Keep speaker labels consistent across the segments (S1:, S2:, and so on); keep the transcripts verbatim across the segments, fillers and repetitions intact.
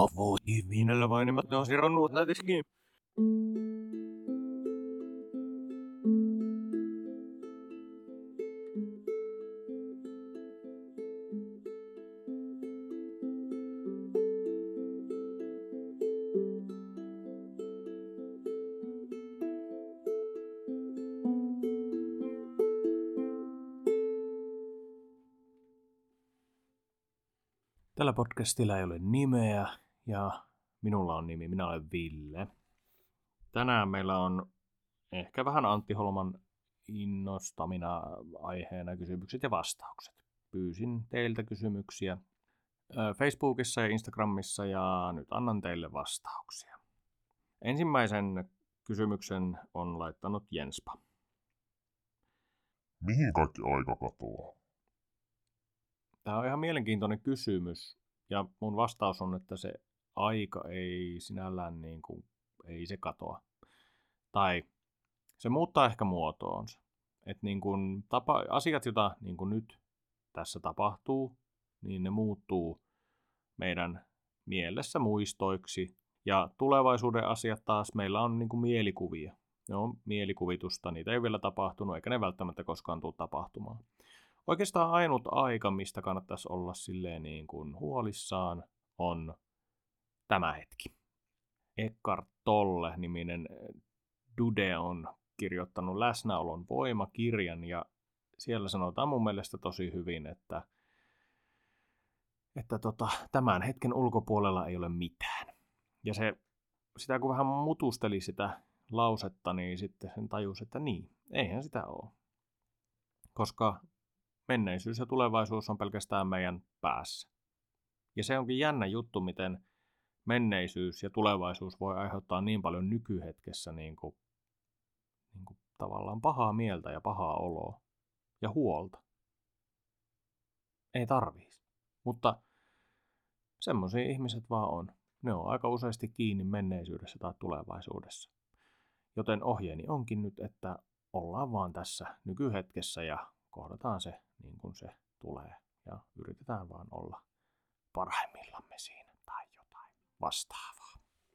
S1: voi viinellä vainimat, ne on sirannut nätiskin. Tällä podcastilla ei ole nimeä ja minulla on nimi, minä olen Ville. Tänään meillä on ehkä vähän Antti Holman innostamina aiheena kysymykset ja vastaukset. Pyysin teiltä kysymyksiä Facebookissa ja Instagramissa ja nyt annan teille vastauksia. Ensimmäisen kysymyksen on laittanut Jenspa.
S2: Mihin kaikki aika katoaa?
S1: Tämä on ihan mielenkiintoinen kysymys ja mun vastaus on, että se aika ei sinällään niin kuin, ei se katoa. Tai se muuttaa ehkä muotoonsa. Että niin kuin tapa, asiat, joita niin kuin nyt tässä tapahtuu, niin ne muuttuu meidän mielessä muistoiksi. Ja tulevaisuuden asiat taas meillä on niin kuin mielikuvia. Ne on mielikuvitusta, niitä ei ole vielä tapahtunut, eikä ne välttämättä koskaan tule tapahtumaan. Oikeastaan ainut aika, mistä kannattaisi olla silleen niin kuin huolissaan, on tämä hetki. Eckhart Tolle-niminen dude on kirjoittanut Läsnäolon voima-kirjan, ja siellä sanotaan mun mielestä tosi hyvin, että, että tota, tämän hetken ulkopuolella ei ole mitään. Ja se, sitä kun vähän mutusteli sitä lausetta, niin sitten sen tajusi, että niin, eihän sitä ole. Koska menneisyys ja tulevaisuus on pelkästään meidän päässä. Ja se onkin jännä juttu, miten menneisyys ja tulevaisuus voi aiheuttaa niin paljon nykyhetkessä niin kuin, niin kuin tavallaan pahaa mieltä ja pahaa oloa ja huolta. Ei tarvitsisi. Mutta semmoisia ihmiset vaan on. Ne on aika useasti kiinni menneisyydessä tai tulevaisuudessa. Joten ohjeeni onkin nyt, että ollaan vaan tässä nykyhetkessä ja kohdataan se niin kuin se tulee. Ja yritetään vaan olla parhaimmillamme siinä tai jotain vastaavaa.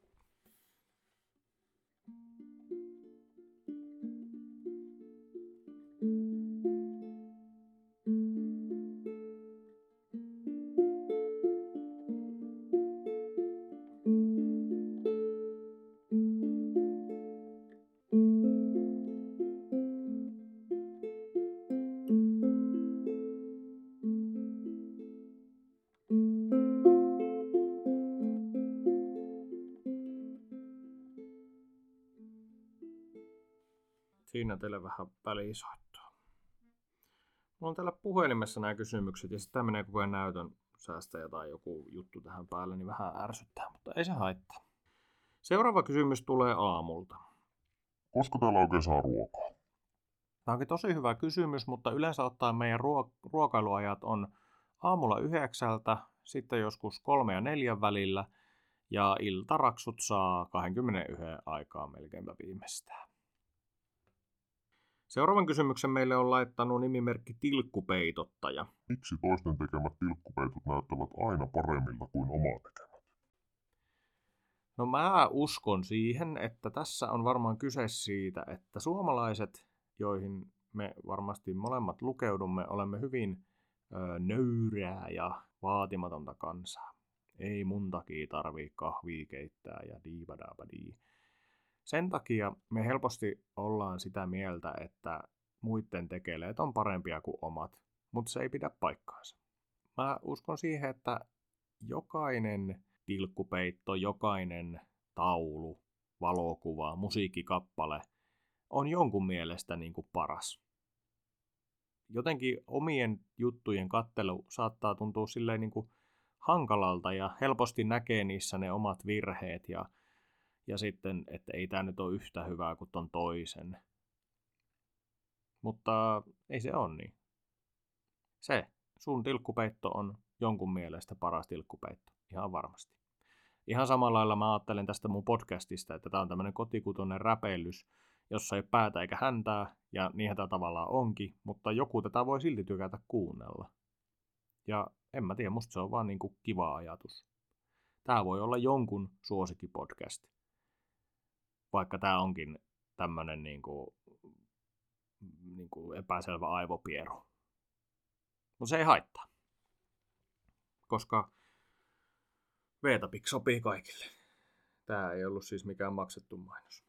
S1: Siinä teille vähän välisoittoa. Mulla on täällä puhelimessa nämä kysymykset ja sitten tämä menee koko ajan näytön säästäjä tai joku juttu tähän päälle, niin vähän ärsyttää, mutta ei se haittaa. Seuraava kysymys tulee aamulta.
S2: Koska täällä oikein saa ruokaa?
S1: Tämä onkin tosi hyvä kysymys, mutta yleensä ottaen meidän ruok- ruokailuajat on aamulla yhdeksältä, sitten joskus kolme ja neljän välillä ja iltaraksut saa kaksikymmentäyksi aikaa melkeinpä viimeistään. Seuraavan kysymyksen meille on laittanut nimimerkki Tilkkupeitottaja.
S2: Miksi toisten tekemät tilkkupeitot näyttävät aina paremmilta kuin omaa tekemät?
S1: No mä uskon siihen, että tässä on varmaan kyse siitä, että suomalaiset, joihin me varmasti molemmat lukeudumme, olemme hyvin ö, nöyrää ja vaatimatonta kansaa. Ei mun takia tarvii kahvia keittää ja diibadaabadii. Sen takia me helposti ollaan sitä mieltä, että muiden tekeleet on parempia kuin omat, mutta se ei pidä paikkaansa. Mä uskon siihen, että jokainen tilkkupeitto, jokainen taulu, valokuva, musiikkikappale on jonkun mielestä niin kuin paras. Jotenkin omien juttujen kattelu saattaa tuntua silleen niin kuin hankalalta ja helposti näkee niissä ne omat virheet ja Ja sitten, että ei tämä nyt ole yhtä hyvää kuin ton toisen. Mutta ei se ole niin. Se, sun tilkkupeitto on jonkun mielestä paras tilkkupeitto. Ihan varmasti. Ihan samalla lailla mä ajattelen tästä mun podcastista, että tää on tämmönen kotikutoinen räpellys, jossa ei päätä eikä häntää, ja niinhän tää tavallaan onkin, mutta joku tätä voi silti tykätä kuunnella. Ja en mä tiedä, musta se on vaan niinku kiva ajatus. tämä voi olla jonkun suosikkipodcast. Vaikka tämä onkin tämmöinen niin kuin, niin kuin epäselvä aivopieru. Mutta se ei haittaa. Koska Veetapik sopii kaikille. Tämä ei ollut siis mikään maksettu mainos.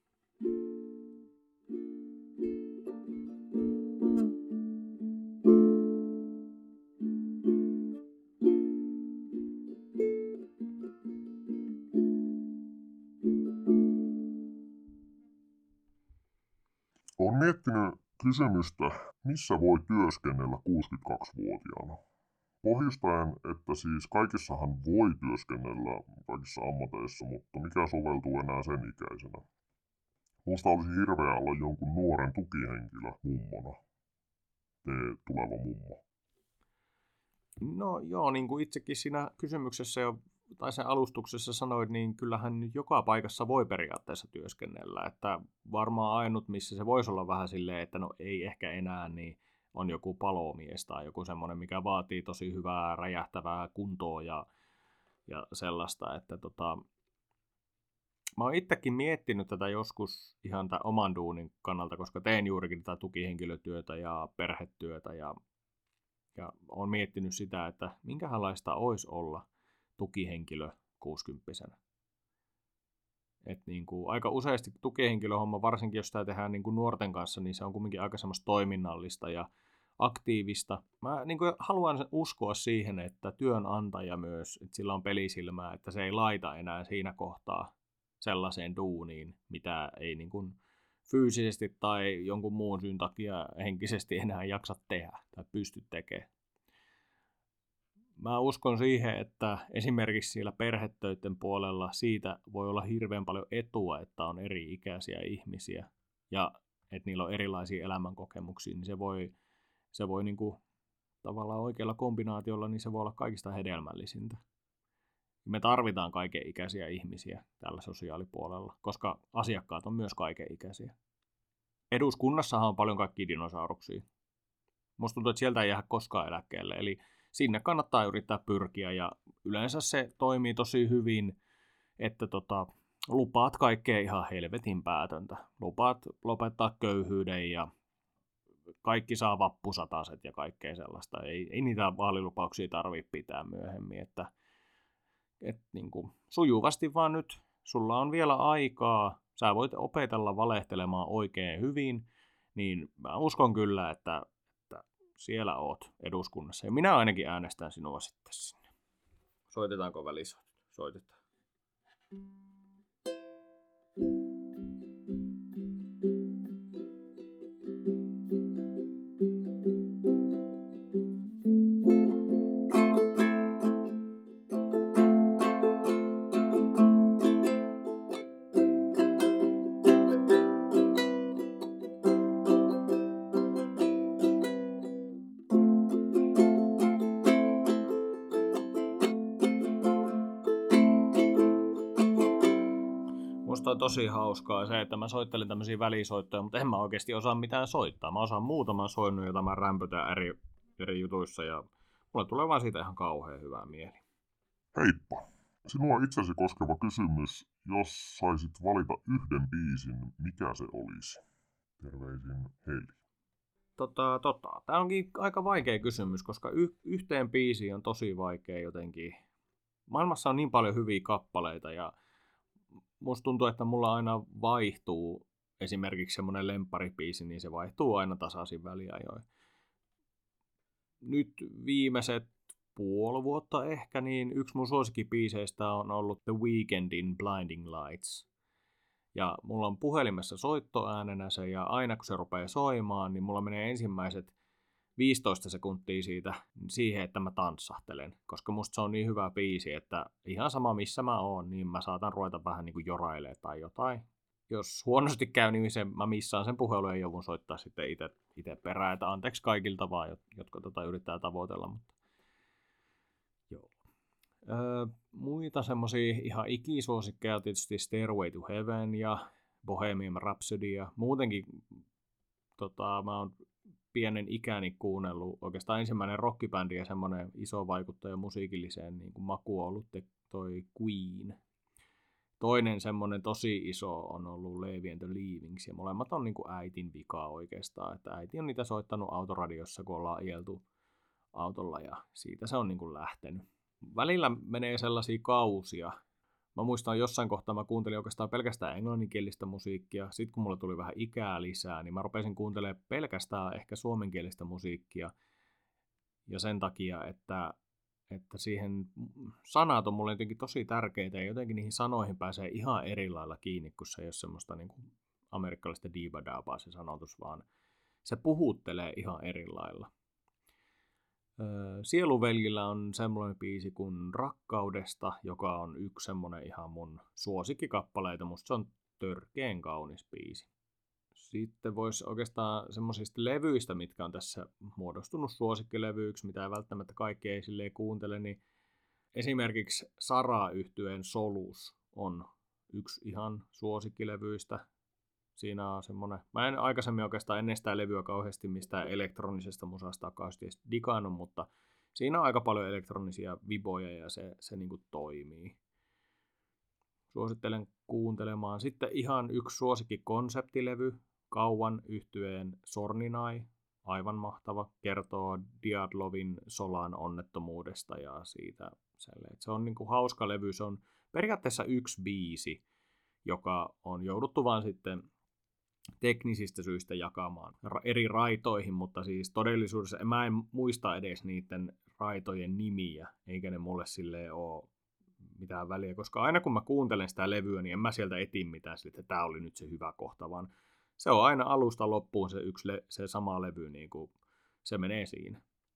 S2: Olen miettinyt kysymystä, missä voi työskennellä kuusikymmentäkaksivuotiaana. Pohjustaen, että siis kaikissahan voi työskennellä kaikissa ammateissa, mutta mikä soveltuu enää sen ikäisenä. Musta olisi hirveä olla jonkun nuoren tukihenkilö mummona. Te tuleva mummo.
S1: No joo, niin kuin itsekin siinä kysymyksessä jo, tai sen alustuksessa sanoit, niin kyllähän nyt joka paikassa voi periaatteessa työskennellä. Että varmaan ainut, missä se voisi olla vähän silleen, että no ei ehkä enää, niin on joku palomies tai joku semmoinen, mikä vaatii tosi hyvää räjähtävää kuntoa ja, ja sellaista, että tota, mä oon itsekin miettinyt tätä joskus ihan tämän oman duunin kannalta, koska teen juurikin tätä tukihenkilötyötä ja perhetyötä ja, ja oon miettinyt sitä, että minkälaista olisi olla tukihenkilö kuusikymppisenä. Et niin kuin aika useasti tukihenkilöhomma, varsinkin jos sitä tehdään niin kuin nuorten kanssa, niin se on kuitenkin aika semmoista toiminnallista ja aktiivista. Mä niin kuin haluan uskoa siihen, että työnantaja myös, että sillä on pelisilmää, että se ei laita enää siinä kohtaa sellaiseen duuniin, mitä ei niin kuin fyysisesti tai jonkun muun syyn takia henkisesti enää jaksa tehdä tai pysty tekemään. Mä uskon siihen, että esimerkiksi siellä perhetöiden puolella siitä voi olla hirveän paljon etua, että on eri-ikäisiä ihmisiä ja että niillä on erilaisia elämänkokemuksia, niin se voi, se voi niin kuin, tavallaan oikealla kombinaatiolla, niin se voi olla kaikista hedelmällisintä. Me tarvitaan kaikenikäisiä ihmisiä tällä sosiaalipuolella, koska asiakkaat on myös kaikenikäisiä. Eduskunnassahan on paljon kaikkia dinosauruksia. Musta tuntuu, että sieltä ei jää koskaan eläkkeelle, eli sinne kannattaa yrittää pyrkiä ja yleensä se toimii tosi hyvin, että tota, lupaat kaikkea ihan helvetin päätöntä. Lupaat lopettaa köyhyyden ja kaikki saa vappusataset ja kaikkea sellaista. Ei, ei niitä vaalilupauksia tarvitse pitää myöhemmin, että et, niin kuin, sujuvasti vaan nyt sulla on vielä aikaa, sä voit opetella valehtelemaan oikein hyvin, niin mä uskon kyllä, että siellä oot eduskunnassa. Ja minä ainakin äänestän sinua sitten sinne. Soitetaanko välisoitot? Soitetaan. Musta on tosi hauskaa se, että mä soittelen tämmöisiä välisoittoja, mutta en mä oikeasti osaa mitään soittaa. Mä osaan muutaman soinnun, jota mä rämpötän eri, eri jutuissa ja mulle tulee vaan siitä ihan kauhean hyvää mieli.
S2: Heippa! Sinua itsesi koskeva kysymys, jos saisit valita yhden biisin, mikä se olisi? Terveisin Heli.
S1: Tota, tota. Tämä onkin aika vaikea kysymys, koska y- yhteen biisiin on tosi vaikea jotenkin. Maailmassa on niin paljon hyviä kappaleita ja musta tuntuu, että mulla aina vaihtuu esimerkiksi semmoinen lempparibiisi, niin se vaihtuu aina tasaisin väliajoin. Nyt viimeiset puoli vuotta ehkä, niin yksi mun suosikkibiiseistä on ollut The Weekndin Blinding Lights. Ja mulla on puhelimessa soittoäänenä se, ja aina kun se rupeaa soimaan, niin mulla menee ensimmäiset viisitoista sekuntia siitä siihen, että mä tanssahtelen. Koska musta se on niin hyvä biisi, että ihan sama missä mä oon, niin mä saatan ruveta vähän niin kuin jorailemaan tai jotain. Jos huonosti käy, niin se, mä missaan sen puhelun ja joudun soittaa sitten itse perään. Että anteeksi kaikilta vaan, jotka tota yrittää tavoitella. Mutta joo. Öö, muita semmosia ihan ikisuosikkeja tietysti Stairway to Heaven ja Bohemian Rhapsody ja muutenkin tota, mä oon pienen ikäni kuunnellut. Oikeastaan ensimmäinen rockibändi ja semmoinen iso vaikuttaja musiikilliseen niin kuin makuun on ollut te, toi Queen. Toinen semmoinen tosi iso on ollut Levi and the Leavings, ja molemmat on niin kuin äitin vikaa oikeastaan. Että äiti on niitä soittanut autoradiossa, kun ollaan ajeltu autolla, ja siitä se on niin kuin lähtenyt. Välillä menee sellaisia kausia. Mä muistan jossain kohtaa mä kuuntelin oikeastaan pelkästään englanninkielistä musiikkia. Sitten kun mulla tuli vähän ikää lisää, niin mä rupesin kuuntelemaan pelkästään ehkä suomenkielistä musiikkia. Ja sen takia, että, että siihen sanat on mulle jotenkin tosi tärkeitä ja jotenkin niihin sanoihin pääsee ihan eri lailla kiinni, kun se ei ole semmoista niin kuin amerikkalaista diivadaapaa se sanotus, vaan se puhuttelee ihan eri lailla. Sieluveljillä on semmoinen biisi kuin Rakkaudesta, joka on yksi semmoinen ihan mun suosikkikappaleita. Musta se on törkeen kaunis biisi. Sitten voisi oikeastaan semmoisista levyistä, mitkä on tässä muodostunut suosikkilevyiksi, mitä ei välttämättä kaikki ei silleen kuuntele, niin esimerkiksi Sara-yhtyeen Solus on yksi ihan suosikkilevyistä. Siinä on semmoinen, mä en aikaisemmin oikeastaan ennen sitä levyä kauheasti mistään elektronisesta musasta kauheasti edes digannut, mutta siinä on aika paljon elektronisia viboja ja se, se niin kuin toimii. Suosittelen kuuntelemaan. Sitten ihan yksi suosikki konseptilevy, Kauan yhtyeen Sorninai, aivan mahtava, kertoo Diadlovin Solan onnettomuudesta ja siitä. Se on niin kuin hauska levy, se on periaatteessa yksi biisi, joka on jouduttu vaan sitten teknisistä syistä jakamaan eri raitoihin, mutta siis todellisuudessa mä en muista edes niiden raitojen nimiä, eikä ne mulle silleen ole mitään väliä, koska aina kun mä kuuntelen sitä levyä, niin en mä sieltä etin mitään, että tää oli nyt se hyvä kohta, vaan se on aina alusta loppuun se yksi le- se sama levy, niin kuin se menee siinä.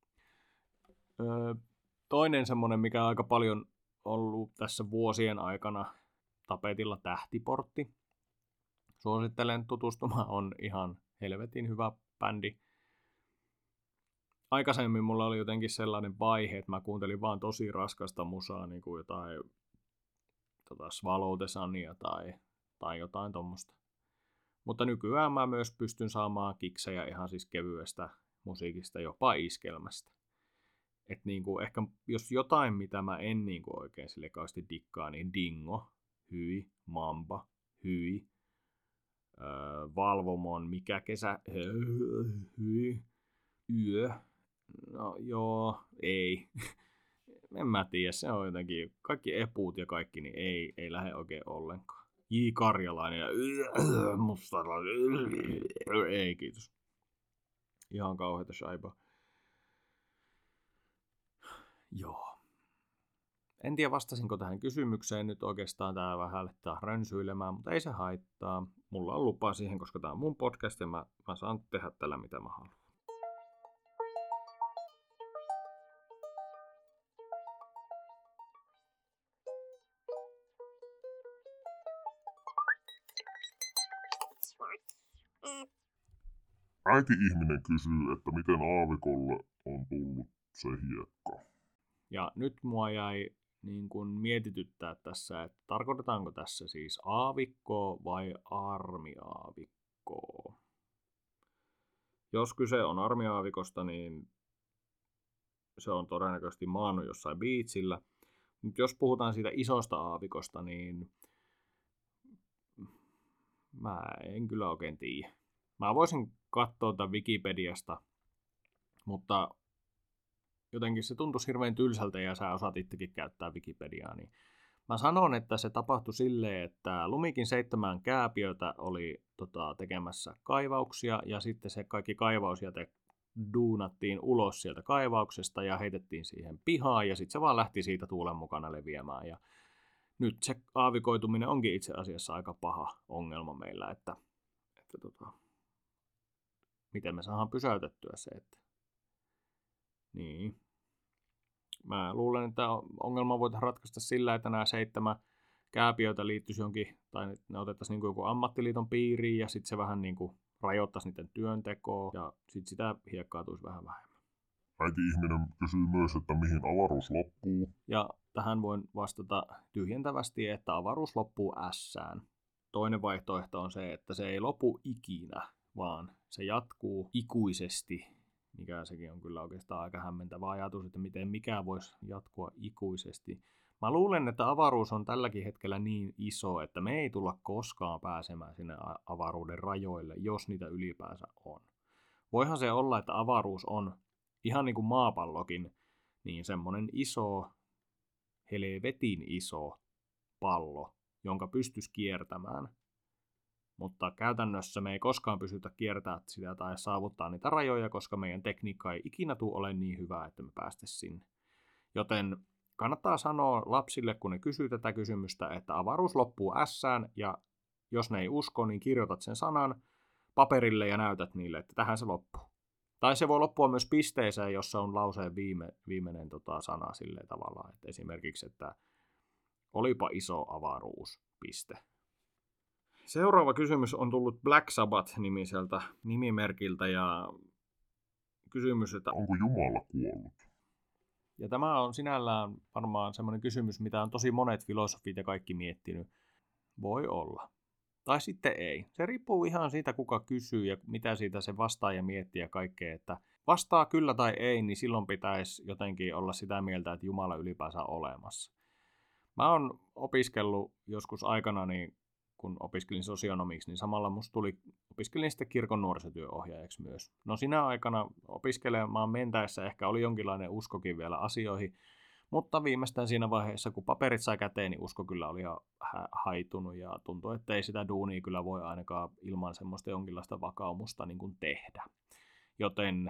S1: Öö, toinen semmonen, mikä on aika paljon ollut tässä vuosien aikana tapetilla, Tähtiportti. Suosittelen tutustumaan, on ihan helvetin hyvä bändi. Aikaisemmin mulla oli jotenkin sellainen vaihe, että mä kuuntelin vaan tosi raskasta musaa, niin kuin jotain tota Swallow the Sunia tai, tai jotain tommosta. Mutta nykyään mä myös pystyn saamaan kiksejä ihan siis kevyestä musiikista, jopa iskelmästä. Et niin kuin ehkä jos jotain, mitä mä en niin kuin oikein sille kauheasti dikkaa, niin Dingo, hyi, Mamba, hyi. Öö, Valvomon, mikä kesä, hyi, yö, no joo, ei, en mä tiedä, se on jotenkin, kaikki epuut ja kaikki, niin ei, ei lähde oikein ollenkaan. J. Karjalainen ja mustalainen, ei kiitos, ihan kauheita shaibaa. Joo. En tiedä vastasinko tähän kysymykseen, nyt oikeastaan tää vähän lähtee rönsyilemään, mutta ei se haittaa. Mulla on lupa siihen, koska tää on mun podcast ja mä, mä saan tehdä tällä mitä mä haluan.
S2: Äiti-ihminen kysyy, että miten aavikolle on tullut se hiekka.
S1: Ja nyt mua jäi niin kun mietityttää tässä, että tarkoitetaanko tässä siis aavikkoa vai armiaavikkoa. Jos kyse on armiaavikosta, niin se on todennäköisesti maannut jossain biitsillä. Mutta jos puhutaan siitä isosta aavikosta, niin mä en kyllä oikein tiedä. Mä voisin katsoa tämän Wikipediasta, mutta jotenkin se tuntuisi hirveän tylsältä ja sä osaat itsekin käyttää Wikipediaa, niin mä sanon, että se tapahtui silleen, että Lumikin seitsemän kääpiötä oli tota, tekemässä kaivauksia ja sitten se kaikki kaivausjäte duunattiin ulos sieltä kaivauksesta ja heitettiin siihen pihaan ja sitten se vaan lähti siitä tuulen mukana leviämään ja nyt se aavikoituminen onkin itse asiassa aika paha ongelma meillä, että, että tota, miten me saadaan pysäytettyä se, että niin. Mä luulen, että ongelma voitaisiin ratkaista sillä, että nämä seitsemän kääpiöitä liittyisi jonkin, tai ne otettaisiin niin kuin joku ammattiliiton piiriin, ja sitten se vähän niin kuin rajoittaisi niiden työntekoa, ja sitten sitä hiekkaa tulisi vähän vähemmän.
S2: Äiti-ihminen kysyy myös, että mihin avaruus loppuu.
S1: Ja tähän voin vastata tyhjentävästi, että avaruus loppuu Ässään. Toinen vaihtoehto on se, että se ei lopu ikinä, vaan se jatkuu ikuisesti, mikä sekin on kyllä oikeastaan aika hämmentävä ajatus, että miten mikä voisi jatkua ikuisesti. Mä luulen, että avaruus on tälläkin hetkellä niin iso, että me ei tulla koskaan pääsemään sinne avaruuden rajoille, jos niitä ylipäänsä on. Voihan se olla, että avaruus on ihan niin kuin maapallokin, niin semmoinen iso, helvetin iso pallo, jonka pystyisi kiertämään. Mutta käytännössä me ei koskaan pystytä kiertämään sitä tai saavuttaa niitä rajoja, koska meidän tekniikka ei ikinä tule ole niin hyvä, että me päästäisiin sinne. Joten kannattaa sanoa lapsille, kun ne kysyy tätä kysymystä, että avaruus loppuu ässään, ja jos ne ei usko, niin kirjoitat sen sanan paperille ja näytät niille, että tähän se loppuu. Tai se voi loppua myös pisteeseen, jossa on lauseen viime, viimeinen tota, sana silleen tavallaan. Että esimerkiksi, että olipa iso avaruus, piste. Seuraava kysymys on tullut Black Sabbath-nimiseltä nimimerkiltä ja kysymys, että
S2: onko Jumala kuollut?
S1: Ja tämä on sinällään varmaan semmoinen kysymys, mitä on tosi monet filosofit ja kaikki miettinyt. Voi olla. Tai sitten ei. Se riippuu ihan siitä, kuka kysyy ja mitä siitä se vastaa ja miettii ja kaikkea. Että vastaa kyllä tai ei, niin silloin pitäisi jotenkin olla sitä mieltä, että Jumala ylipäänsä on olemassa. Mä oon opiskellut joskus aikana, niin kun opiskelin sosionomiksi, niin samalla musta tuli, opiskelin sitten kirkon nuorisotyöohjaajaksi myös. No sinä aikana opiskelemaan mentäessä ehkä oli jonkinlainen uskokin vielä asioihin, mutta viimeistään siinä vaiheessa, kun paperit sai käteen, niin usko kyllä oli ihan haitunut ja tuntui, että ei sitä duunia kyllä voi ainakaan ilman semmoista jonkinlaista vakaumusta niin kuin tehdä. Joten,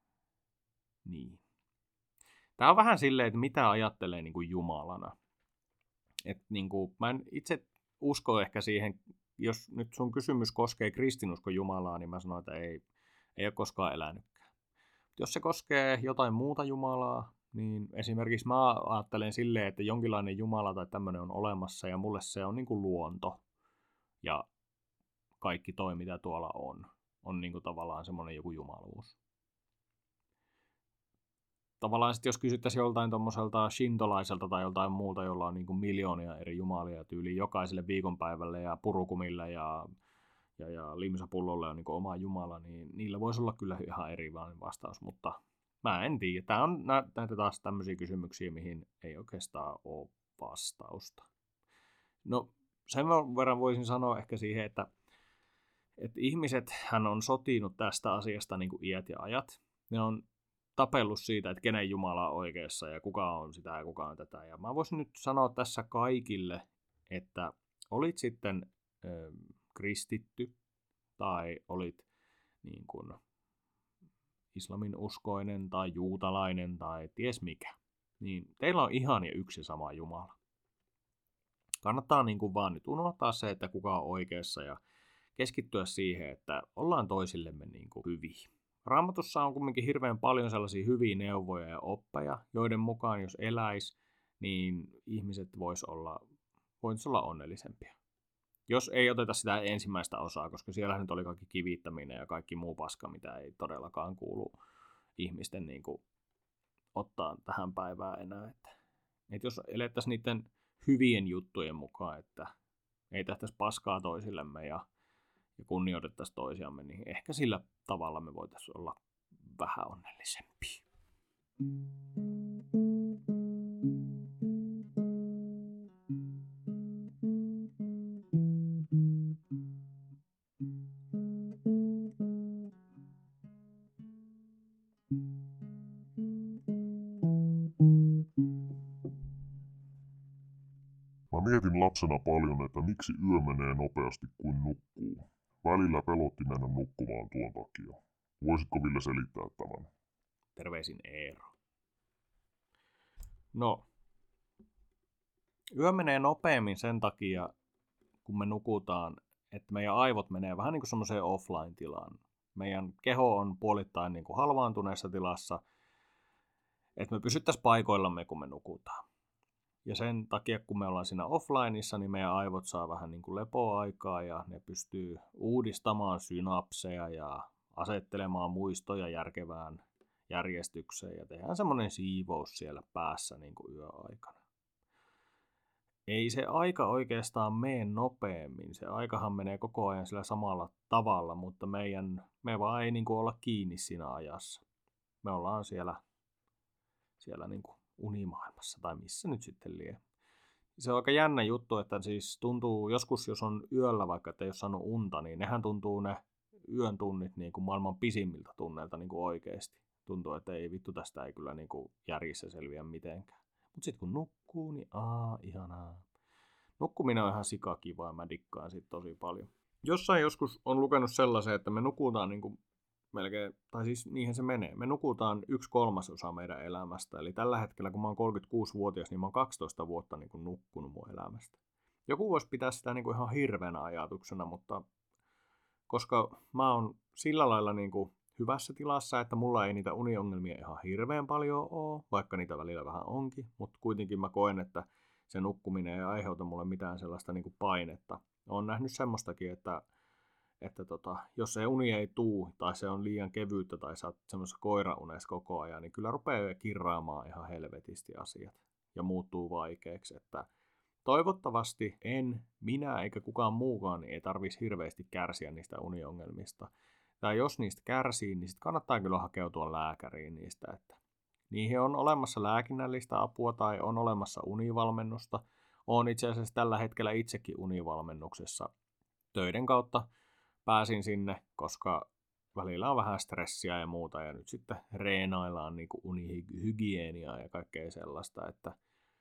S1: niin. Tämä on vähän silleen, että mitä ajattelee niin kuin Jumalana. Et niin kuin, mä en itse usko ehkä siihen, jos nyt sun kysymys koskee kristinuskon Jumalaa, niin mä sanon, että ei, ei ole koskaan elänytkään. Jos se koskee jotain muuta Jumalaa, niin esimerkiksi mä ajattelen silleen, että jonkinlainen Jumala tai tämmöinen on olemassa, ja mulle se on niin kuin luonto, ja kaikki toi, mitä tuolla on, on niin kuin tavallaan semmoinen joku jumaluus. Tavallaan sitten jos kysyttäisiin joltain tommoselta shintolaiselta tai joltain muulta, jolla on niin kuin miljoonia eri jumalia tyyliin jokaiselle viikonpäivälle ja purukumille ja, ja, ja limsapullolle on niin kuin oma jumala, niin niillä voisi olla kyllä ihan erilainen vastaus, mutta mä en tiedä. Tämä on näitä taas tämmöisiä kysymyksiä, mihin ei oikeastaan ole vastausta. No sen verran voisin sanoa ehkä siihen, että, että ihmiset hän on sotinut tästä asiasta niin kuin iät ja ajat. Ne on tapellut siitä, että kenen Jumala on oikeassa ja kuka on sitä ja kuka on tätä. Ja mä voisin nyt sanoa tässä kaikille, että olit sitten ö, kristitty tai olit niin kuin islamin uskoinen tai juutalainen tai ties mikä, niin teillä on ihan ja yksi sama Jumala. Kannattaa niin kuin vaan nyt unohtaa se, että kuka on oikeassa ja keskittyä siihen, että ollaan toisillemme niin kuin hyviä. Raamatussa on kuitenkin hirveän paljon sellaisia hyviä neuvoja ja oppeja, joiden mukaan jos eläisi, niin ihmiset vois olla, vois olla onnellisempia. Jos ei oteta sitä ensimmäistä osaa, koska siellä nyt oli kaikki kivittäminen ja kaikki muu paska, mitä ei todellakaan kuulu ihmisten niin kuin ottaa tähän päivään enää. Että, että jos elettäisiin niiden hyvien juttujen mukaan, että ei tehtäisi paskaa toisillemme ja ja kunnioitettaisiin toisiamme, niin ehkä sillä tavalla me voitaisiin olla vähän onnellisempia.
S2: Mä mietin lapsena paljon, että miksi yö menee nopeasti kuin nukkuu. Välillä pelotti mennä nukkumaan tuon takia. Voisitko Ville selittää tämän?
S1: Terveisin Eero. No, yö menee nopeammin sen takia, kun me nukutaan, että meidän aivot menee vähän niin kuin semmoiseen offline-tilaan. Meidän keho on puolittain niin kuin halvaantuneessa tilassa, että me pysyttäisiin paikoillamme, kun me nukutaan. Ja sen takia, kun me ollaan siinä offlineissa, niin meidän aivot saa vähän niin kuin lepoaikaa ja ne pystyy uudistamaan synapseja ja asettelemaan muistoja järkevään järjestykseen ja tehdään semmoinen siivous siellä päässä niin kuin yöaikana. ei se aika oikeastaan mene nopeammin. Se aikahan menee koko ajan sillä samalla tavalla, mutta meidän, me vaan ei niin kuin olla kiinni siinä ajassa. Me ollaan siellä, siellä niin kuin unimaailmassa tai missä nyt sitten lie. Se on aika jännä juttu, että siis tuntuu joskus, jos on yöllä vaikka, että ei ole saanut unta, niin nehän tuntuu ne yön tunnit niin kuin maailman pisimmiltä tunneilta niin kuin oikeasti. Tuntuu, että ei vittu, tästä ei kyllä niin kuin järjissä selviä mitenkään. Mutta sitten kun nukkuu, niin aa, ihanaa. Nukkuminen on ihan sikakivaa ja mä dikkaan siitä tosi paljon. Jossain joskus on lukenut sellaisen, että me nukutaan niin kuin melkein, tai siis niinhän se menee. Me nukutaan yksi kolmasosa meidän elämästä. Eli tällä hetkellä, kun mä oon kolmekymmentäkuusi-vuotias, niin mä oon kaksitoista vuotta niin kuin nukkunut mun elämästä. Joku voisi pitää sitä niin kuin ihan hirveänä ajatuksena, mutta koska mä oon sillä lailla niin kuin hyvässä tilassa, että mulla ei niitä uniongelmia ihan hirveän paljon ole, vaikka niitä välillä vähän onkin, mutta kuitenkin mä koen, että se nukkuminen ei aiheuta mulle mitään sellaista niin kuin painetta. Oon nähnyt semmoistakin, että että tota, jos se uni ei tuu, tai se on liian kevyyttä, tai sä oot semmoisessa koiraunessa koko ajan, niin kyllä rupeaa kirraamaan ihan helvetisti asiat, ja muuttuu vaikeaksi, että toivottavasti en, minä eikä kukaan muukaan, niin ei tarvitsisi hirveästi kärsiä niistä uniongelmista. Tai jos niistä kärsii, niin sitten kannattaa kyllä hakeutua lääkäriin niistä, että niihin on olemassa lääkinnällistä apua, tai on olemassa univalmennusta. Olen itse asiassa tällä hetkellä itsekin univalmennuksessa töiden kautta, pääsin sinne, koska välillä on vähän stressiä ja muuta, ja nyt sitten reenaillaan niin kuin unihygieniaa ja kaikkea sellaista, että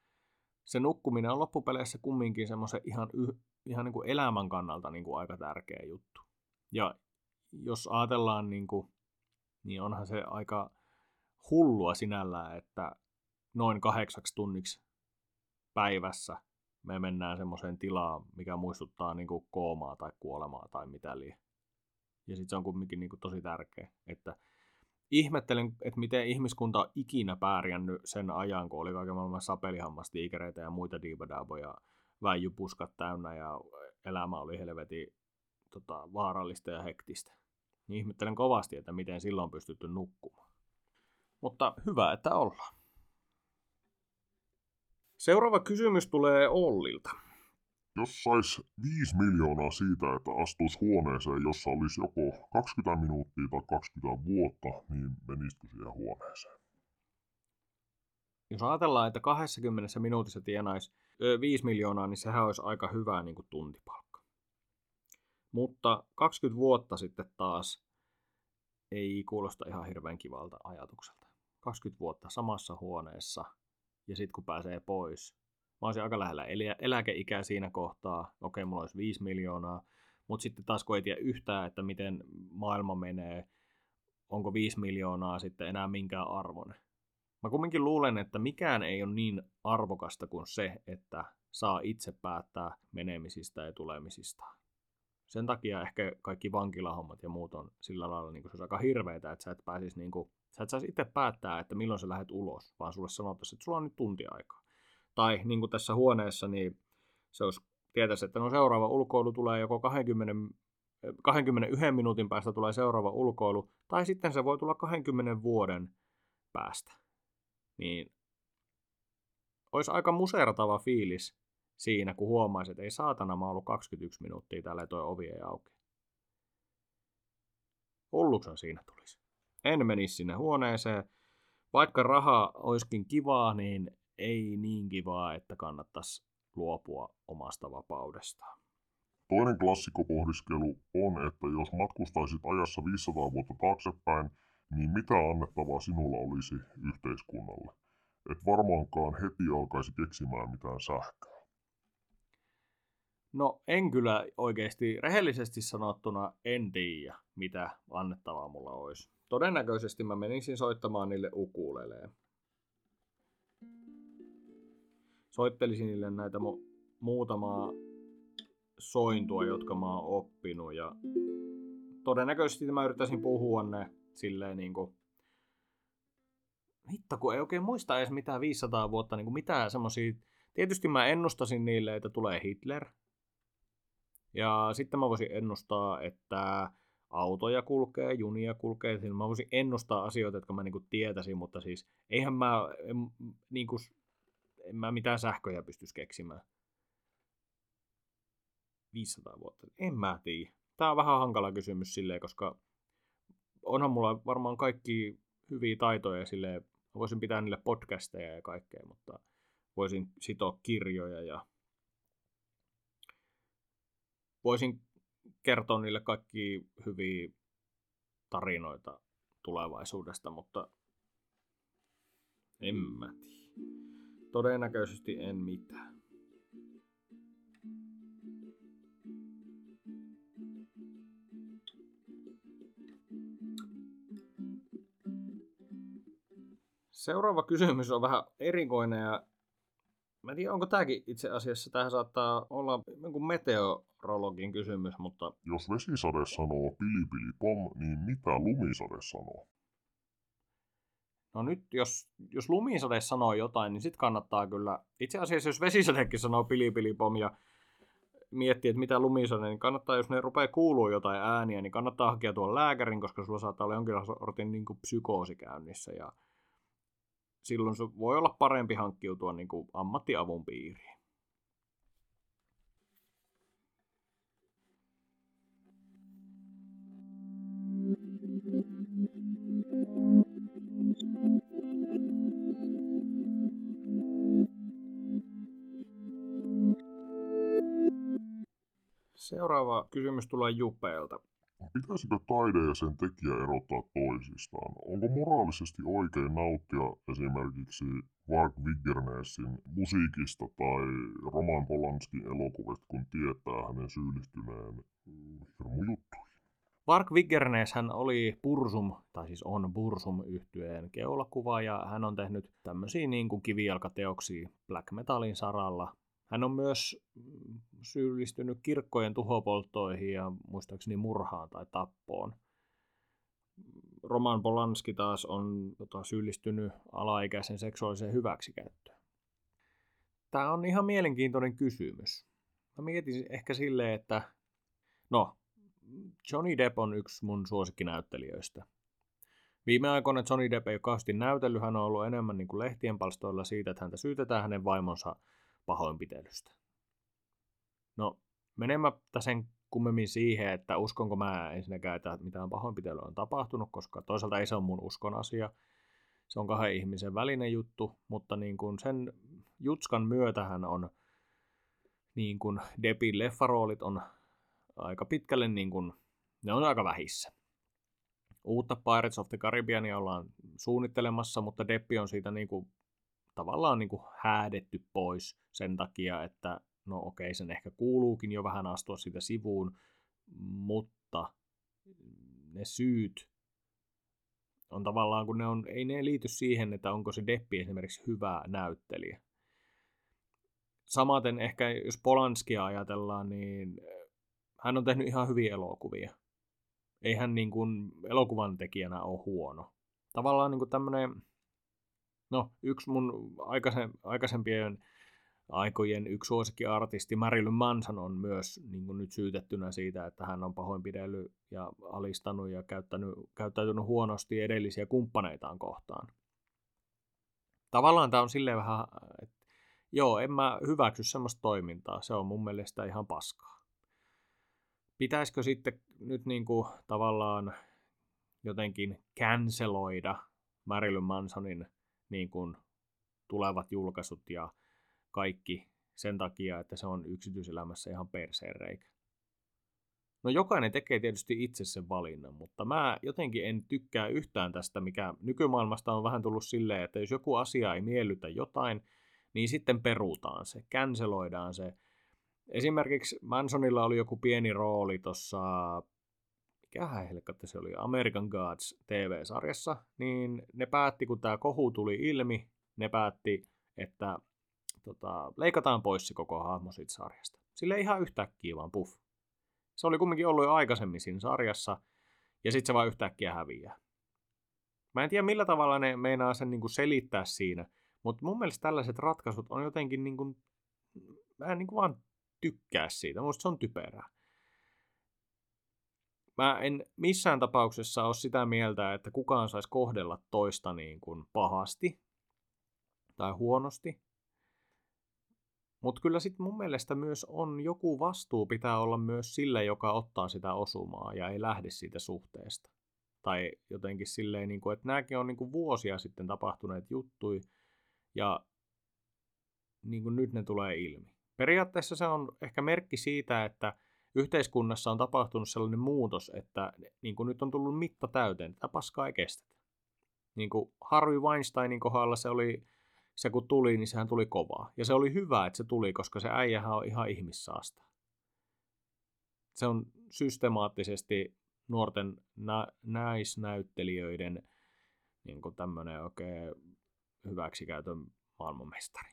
S1: se nukkuminen on loppupeleissä kumminkin semmoisen ihan, yh, ihan niin kuin elämän kannalta niin kuin aika tärkeä juttu. Ja jos ajatellaan, niin, kuin, niin onhan se aika hullua sinällään, että noin kahdeksaksi tunniksi päivässä me mennään semmoiseen tilaan, mikä muistuttaa niin kuin koomaa tai kuolemaa tai mitä liian. Ja sitten se on kumminkin niin kuin tosi tärkeä. Että ihmettelen, että miten ihmiskunta on ikinä pärjännyt sen ajan, kun oli kaiken maailman sapelihammastiikereitä ja muita diibadaaboja, väijypuskat täynnä ja elämä oli helvetin tota, vaarallista ja hektistä. Niin ihmettelen kovasti, että miten silloin on pystytty nukkumaan. Mutta hyvä, että ollaan. Seuraava kysymys tulee Ollilta.
S2: Jos sais viisi miljoonaa siitä, että astuisi huoneeseen, jossa olisi joko kaksikymmentä minuuttia tai kaksikymmentä vuotta, niin menisitkö siihen huoneeseen?
S1: Jos ajatellaan, että kaksikymmentä minuutissa tienaisi viisi miljoonaa, niin sehän olisi aika hyvä niin kuin tuntipalkka. Mutta kaksikymmentä vuotta sitten taas ei kuulosta ihan hirveän kivalta ajatukselta. kaksikymmentä vuotta samassa huoneessa ja sitten kun pääsee pois. Mä olisin aika lähellä eläkeikää siinä kohtaa. Okei, mulla olisi viisi miljoonaa. Mutta sitten taas kun ei tiedä yhtään, että miten maailma menee, onko viisi miljoonaa sitten enää minkään arvoinen. Mä kumminkin luulen, että mikään ei ole niin arvokasta kuin se, että saa itse päättää menemisistä ja tulemisista. Sen takia ehkä kaikki vankilahommat ja muut on sillä lailla niin kuin se on aika hirveetä, että sä et pääsisi niin kuin, sä et saisi itse päättää, että milloin sä lähdet ulos, vaan sulle sanottaisiin, että sulla on nyt tunti aikaa. Tai niin kuin tässä huoneessa, niin se olisi, tietäisi, että no seuraava ulkoilu tulee joko kaksikymmentä, kaksikymmentäyksi minuutin päästä tulee seuraava ulkoilu, tai sitten se voi tulla kaksikymmentä vuoden päästä. Niin olisi aika museeratava fiilis siinä, kun huomaisi, että ei saatana, mä oon ollut kaksikymmentäyksi minuuttia, täällä ei toi ovi ei auki. Hulluksen siinä tulisi. En menisi sinne huoneeseen. Vaikka raha olisikin kivaa, niin ei niin kivaa, että kannattaisi luopua omasta vapaudestaan.
S2: Toinen klassikkopohdiskelu on, että jos matkustaisit ajassa viisisataa vuotta taaksepäin, niin mitä annettavaa sinulla olisi yhteiskunnalle? Et varmaankaan heti alkaisi keksimään mitään sähköä.
S1: No en kyllä oikeasti, rehellisesti sanottuna en tiedä, mitä annettavaa mulla olisi. Todennäköisesti mä menisin soittamaan niille ukuleleen. Soittelisin niille näitä mu- muutamaa sointua, jotka mä oon oppinut. Ja todennäköisesti mä yrittäisin puhua ne silleen niinku... Hitto, kun ei oikein muista edes mitään viisisataa vuotta, niinku mitään semmosia... Tietysti mä ennustasin niille, että tulee Hitler. Ja sitten mä voisin ennustaa, että autoja kulkee, junia kulkee. Siis mä voisin ennustaa asioita, jotka mä niinku tietäisin, mutta siis eihän mä, en, niinku, en mä mitään sähköjä pystyisi keksimään. viisisataa vuotta. En mä tiedä. Tää on vähän hankala kysymys silleen, koska onhan mulla varmaan kaikki hyviä taitoja silleen, voisin pitää niille podcasteja ja kaikkea, mutta voisin sitoa kirjoja ja voisin kertoa niille kaikki hyviä tarinoita tulevaisuudesta, mutta en mä tiedä. Todennäköisesti en mitään. Seuraava kysymys on vähän erikoinen ja mä en tiedä, onko tämäkin itse asiassa, tähän saattaa olla jonkun meteorologin kysymys, mutta
S2: Jos vesisade sanoo pili pili pom, niin mitä lumisade sanoo?
S1: no nyt, jos, jos lumisade sanoo jotain, niin sit kannattaa kyllä, itse asiassa jos vesisadekin sanoo pili pili pom ja miettii, että mitä lumisade, niin kannattaa, jos ne rupeaa kuulua jotain ääniä, niin kannattaa hakea tuon lääkärin, koska sulla saattaa olla jonkinlainen sortin niin kuin psykoosi käynnissä ja silloin se voi olla parempi hankkiutua niin kuin ammattiavun piiriin. Seuraava kysymys tulee Jupeelta.
S2: Pitäisikö taide ja sen tekijä erottaa toisistaan? Onko moraalisesti oikein nauttia esimerkiksi Varg Vikernesin musiikista tai Roman Polanskin elokuvista, kun tietää hänen syyllistyneen hirmujuttuihin?
S1: Varg Vikernes hän oli Burzum, tai siis on Burzum-yhtyeen keulakuva, ja hän on tehnyt tämmöisiä niin kuin kivijalkateoksia black metalin saralla. Hän on myös syyllistynyt kirkkojen tuhopolttoihin ja muistaakseni murhaan tai tappoon. Roman Polanski taas on tota, syyllistynyt alaikäisen seksuaaliseen hyväksikäyttöön. Tämä on ihan mielenkiintoinen kysymys. Mä mietin ehkä silleen, että no, Johnny Depp on yksi mun suosikkinäyttelijöistä. Viime aikoina Johnny Depp ei ole kauheasti näytellyt, hän on ollut enemmän niin kuin lehtien palstoilla siitä, että häntä syytetään hänen vaimonsa pahoinpitelystä. No, menemättä sen kummemmin siihen, että uskonko mä ensinnäkään, että mitään pahoinpitelyä on tapahtunut, koska toisaalta ei se ole mun uskon asia. Se on kahden ihmisen välinen juttu, mutta niin kuin sen jutskan myötähän on niin kuin Deppin leffaroolit on aika pitkälle niin kuin, ne on aika vähissä. Uutta Pirates of the Caribbeania ollaan suunnittelemassa, mutta Deppi on siitä niin kuin tavallaan niin kuin häädetty pois sen takia, että no okei, sen ehkä kuuluukin jo vähän astua siitä sivuun, mutta ne syyt on tavallaan, kun ne on, ei ne liity siihen, että onko se Deppi esimerkiksi hyvä näyttelijä. Samaten ehkä, jos Polanskia ajatellaan, niin hän on tehnyt ihan hyviä elokuvia. Ei hän niin kuin elokuvan tekijänä ole huono. Tavallaan niin kuin tämmöinen, no yksi mun aikaisen, aikaisempien aikojen yksi suosikkiartisti Marilyn Manson on myös niin kuin nyt syytettynä siitä, että hän on pahoinpidellyt ja alistanut ja käyttänyt, käyttäytynyt huonosti edellisiä kumppaneitaan kohtaan. Tavallaan tämä on silleen vähän, että joo, en mä hyväksy semmoista toimintaa, se on mun mielestä ihan paskaa. Pitäisikö sitten nyt niin kuin tavallaan jotenkin canceloida Marilyn Mansonin niin kuin tulevat julkaisut ja kaikki sen takia, että se on yksityiselämässä ihan perseenreikä. No jokainen tekee tietysti itse sen valinnan, mutta mä jotenkin en tykkää yhtään tästä, mikä nykymaailmasta on vähän tullut silleen, että jos joku asia ei miellytä jotain, niin sitten perutaan se, canceloidaan se. Esimerkiksi Mansonilla oli joku pieni rooli tuossa, mikähän helkatti se oli, American Gods T V-sarjassa, niin ne päätti, kun tämä kohu tuli ilmi, ne päätti, että tota, leikataan pois se koko hahmo siitä sarjasta. Sille ihan yhtäkkiä vaan puff. Se oli kumminkin ollut jo aikaisemmin siinä sarjassa, ja sitten se vaan yhtäkkiä häviää. Mä en tiedä, millä tavalla ne meinaa sen niinku selittää siinä, mutta mun mielestä tällaiset ratkaisut on jotenkin, niinku, mä en niinku vaan tykkää siitä. Musta se on typerää. Mä en missään tapauksessa ole sitä mieltä, että kukaan saisi kohdella toista niin kuin pahasti tai huonosti. Mutta kyllä sitten mun mielestä myös on joku vastuu pitää olla myös sille, joka ottaa sitä osumaa ja ei lähde siitä suhteesta. Tai jotenkin silleen, niin kuin, että nämäkin on niin kuin vuosia sitten tapahtuneet juttui ja niin kuin nyt ne tulee ilmi. Periaatteessa se on ehkä merkki siitä, että yhteiskunnassa on tapahtunut sellainen muutos, että niin kuin nyt on tullut mitta täyteen, tätä paskaa ei kestetä. Niin kuin Harvey Weinsteinin kohdalla se oli, se kun tuli, niin sehän tuli kovaa. Ja se oli hyvä, että se tuli, koska se äijähän on ihan ihmissaasta. Se on systemaattisesti nuorten nä- naisnäyttelijöiden niin kuin tämmöinen oikein hyväksikäytön maailmanmestari.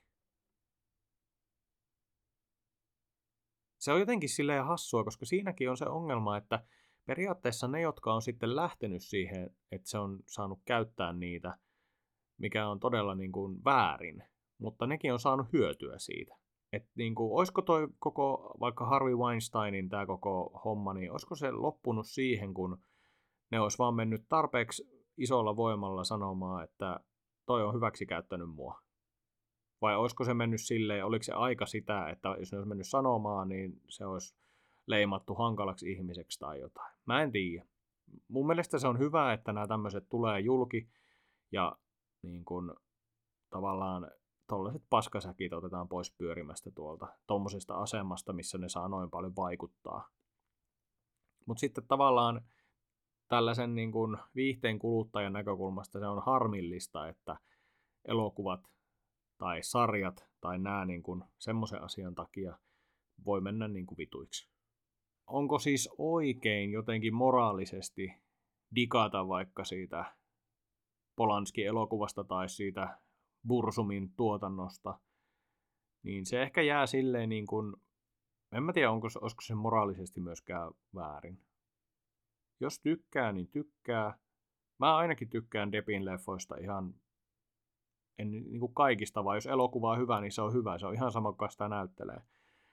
S1: Se on jotenkin silleen hassua, koska siinäkin on se ongelma, että periaatteessa ne, jotka on sitten lähtenyt siihen, että se on saanut käyttää niitä, mikä on todella niin kuin väärin, mutta nekin on saanut hyötyä siitä. Että niin kuin, olisiko toi koko, vaikka Harvey Weinsteinin tämä koko homma, niin olisiko se loppunut siihen, kun ne olisi vaan mennyt tarpeeksi isolla voimalla sanomaan, että toi on hyväksi käyttänyt mua. Vai olisiko se mennyt silleen, oliko se aika sitä, että jos ne olisi mennyt sanomaan, niin se olisi leimattu hankalaksi ihmiseksi tai jotain. Mä en tiedä. Mun mielestä se on hyvä, että nämä tämmöiset tulee julki ja niin kun, tavallaan tollaiset paskasäkit otetaan pois pyörimästä tuolta tommosesta asemasta, missä ne saa noin paljon vaikuttaa. Mutta sitten tavallaan tällaisen niin kun viihteen kuluttajan näkökulmasta se on harmillista, että elokuvat tai sarjat tai nämä niin kuin semmoisen asian takia voi mennä niin kuin vituiksi. Onko siis oikein jotenkin moraalisesti digata vaikka siitä Polanskin elokuvasta tai siitä Bursumin tuotannosta, niin se ehkä jää silleen niin kuin, en mä tiedä onko, olisiko se moraalisesti myöskään väärin. Jos tykkää, niin tykkää. Mä ainakin tykkään Deppin leffoista ihan en niin kuin kaikista, vaan jos elokuva on hyvä, niin se on hyvä. Se on ihan sama, kuka sitä näyttelee.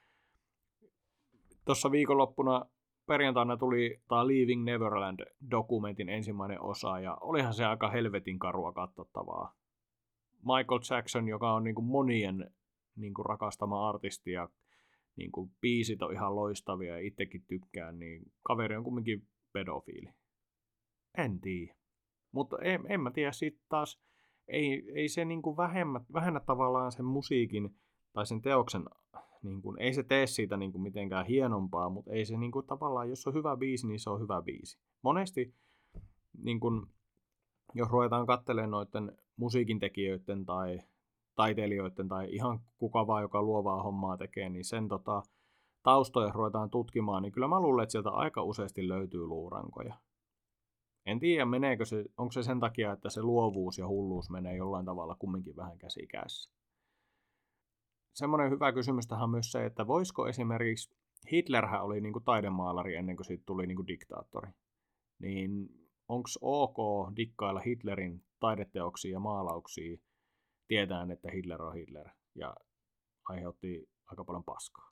S1: Tuossa viikonloppuna perjantaina tuli tämä Leaving Neverland-dokumentin ensimmäinen osa, ja olihan se aika helvetin karua katsottavaa. Michael Jackson, joka on niin kuin monien niin kuin rakastama artisti, ja niin kuin biisit on ihan loistavia, ja itsekin tykkään, niin kaveri on kumminkin pedofiili. En tiedä. Mutta en, en mä tiedä, siitä taas ei, ei se niin kuin vähemmä, vähennä tavallaan sen musiikin tai sen teoksen, niin kuin, ei se tee siitä niin kuin mitenkään hienompaa, mutta ei se niin kuin, tavallaan, jos on hyvä biisi, niin se on hyvä biisi. Monesti, niin kuin, jos ruvetaan katselemaan noiden musiikintekijöiden tai taiteilijoiden tai ihan kuka vaan, joka luovaa hommaa tekee, niin sen tota, taustoja ruvetaan tutkimaan, niin kyllä mä luulen, että sieltä aika useasti löytyy luurankoja. En tiedä, meneekö se, onko se sen takia, että se luovuus ja hulluus menee jollain tavalla kumminkin vähän käsi kädessä. Semmoinen hyvä kysymys tähän on myös se, että voisiko esimerkiksi, Hitlerhän oli niin kuin taidemaalari ennen kuin siitä tuli niin kuin diktaattori, niin onko ok dikkailla Hitlerin taideteoksia ja maalauksia tietäen, että Hitler on Hitler ja aiheutti aika paljon paskaa.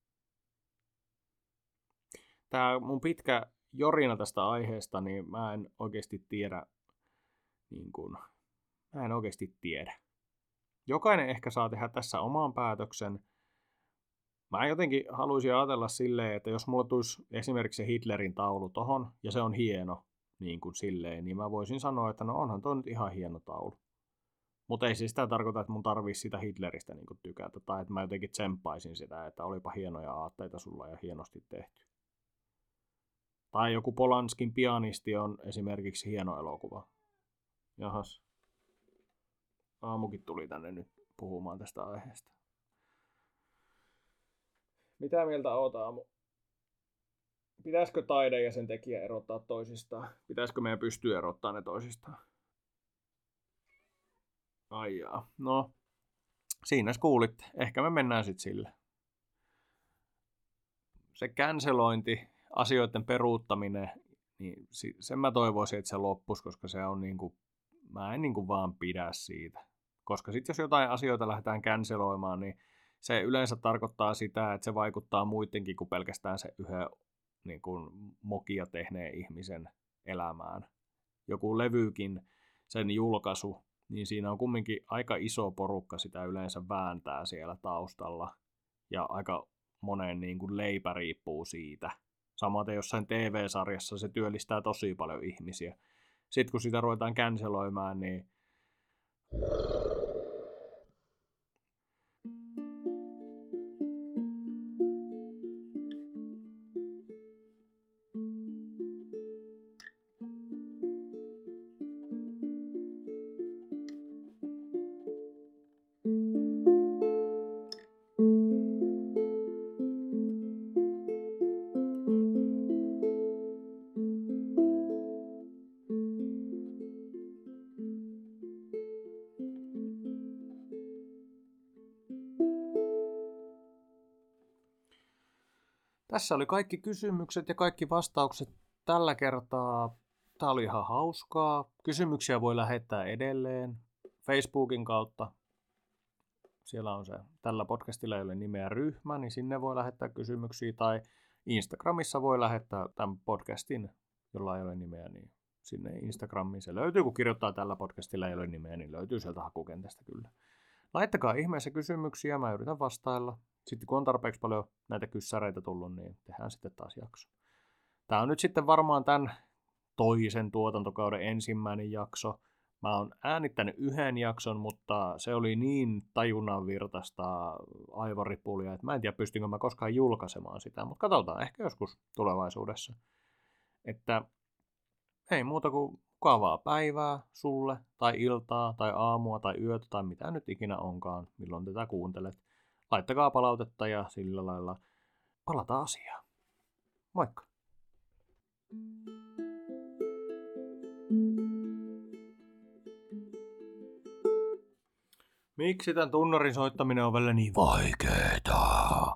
S1: Tämä mun pitkä jorina tästä aiheesta, niin mä en oikeasti tiedä, niin kuin, mä en oikeasti tiedä. Jokainen ehkä saa tehdä tässä oman päätöksen. Mä jotenkin haluaisin ajatella silleen, että jos mulla tulisi esimerkiksi se Hitlerin taulu tohon, ja se on hieno, niin kuin silleen, niin mä voisin sanoa, että no onhan toi nyt ihan hieno taulu. Mutta ei se sitä tarkoita, että mun tarvitsisi sitä Hitleristä niin kuin tykätä, tai että mä jotenkin tsemppaisin sitä, että olipa hienoja aatteita sulla ja hienosti tehty. Tai joku Polanskin pianisti on esimerkiksi hieno elokuva. Jahas. Aamukin tuli tänne nyt puhumaan tästä aiheesta. Mitä mieltä oot, Aamu? Pitäisikö taide ja sen tekijä erottaa toisistaan? Pitäisikö meidän pystyä erottamaan ne toisistaan? Ai jaa. No, siinä kuulitte. Ehkä me mennään sitten sille. Se cancelointi, asioiden peruuttaminen, niin sen mä toivoisin, että se loppuisi, koska se on niinku, mä en niinku vaan pidä siitä. Koska sitten jos jotain asioita lähdetään canceloimaan, niin se yleensä tarkoittaa sitä, että se vaikuttaa muidenkin kuin pelkästään se yhden niin kuin mokia tehneen ihmisen elämään. Joku levykin, sen julkaisu, niin siinä on kumminkin aika iso porukka sitä yleensä vääntää siellä taustalla. ja aika monen niin kuin leipä riippuu siitä. Samaten jossain T V-sarjassa se työllistää tosi paljon ihmisiä. Sitten kun sitä ruvetaan canceloimaan, niin tässä oli kaikki kysymykset ja kaikki vastaukset tällä kertaa. Tämä oli ihan hauskaa. Kysymyksiä voi lähettää edelleen Facebookin kautta. Siellä on se, tällä podcastilla ei ole nimeä ryhmä, niin sinne voi lähettää kysymyksiä. Tai Instagramissa voi lähettää tämän podcastin, jolla ei ole nimeä, niin sinne Instagramiin se löytyy. Kun kirjoittaa tällä podcastilla ei ole nimeä, niin löytyy sieltä hakukentästä kyllä. Laittakaa ihmeessä kysymyksiä, mä yritän vastailla. Sitten kun on tarpeeksi paljon näitä kyssäreitä tullut, niin tehdään sitten taas jakso. Tämä on nyt sitten varmaan tämän toisen tuotantokauden ensimmäinen jakso. Mä oon äänittänyt yhden jakson, mutta se oli niin tajunnan virtaista aivoripulia, että mä en tiedä pystynkö mä koskaan julkaisemaan sitä, mutta katsotaan ehkä joskus tulevaisuudessa. Että ei muuta kuin mukavaa päivää sulle, tai iltaa, tai aamua, tai yötä, tai mitä nyt ikinä onkaan, milloin tätä kuuntelet. Laittakaa palautetta ja sillä lailla palataan asiaan. Moikka! Miksi tämän tunnarin soittaminen on välillä niin vaikeeta?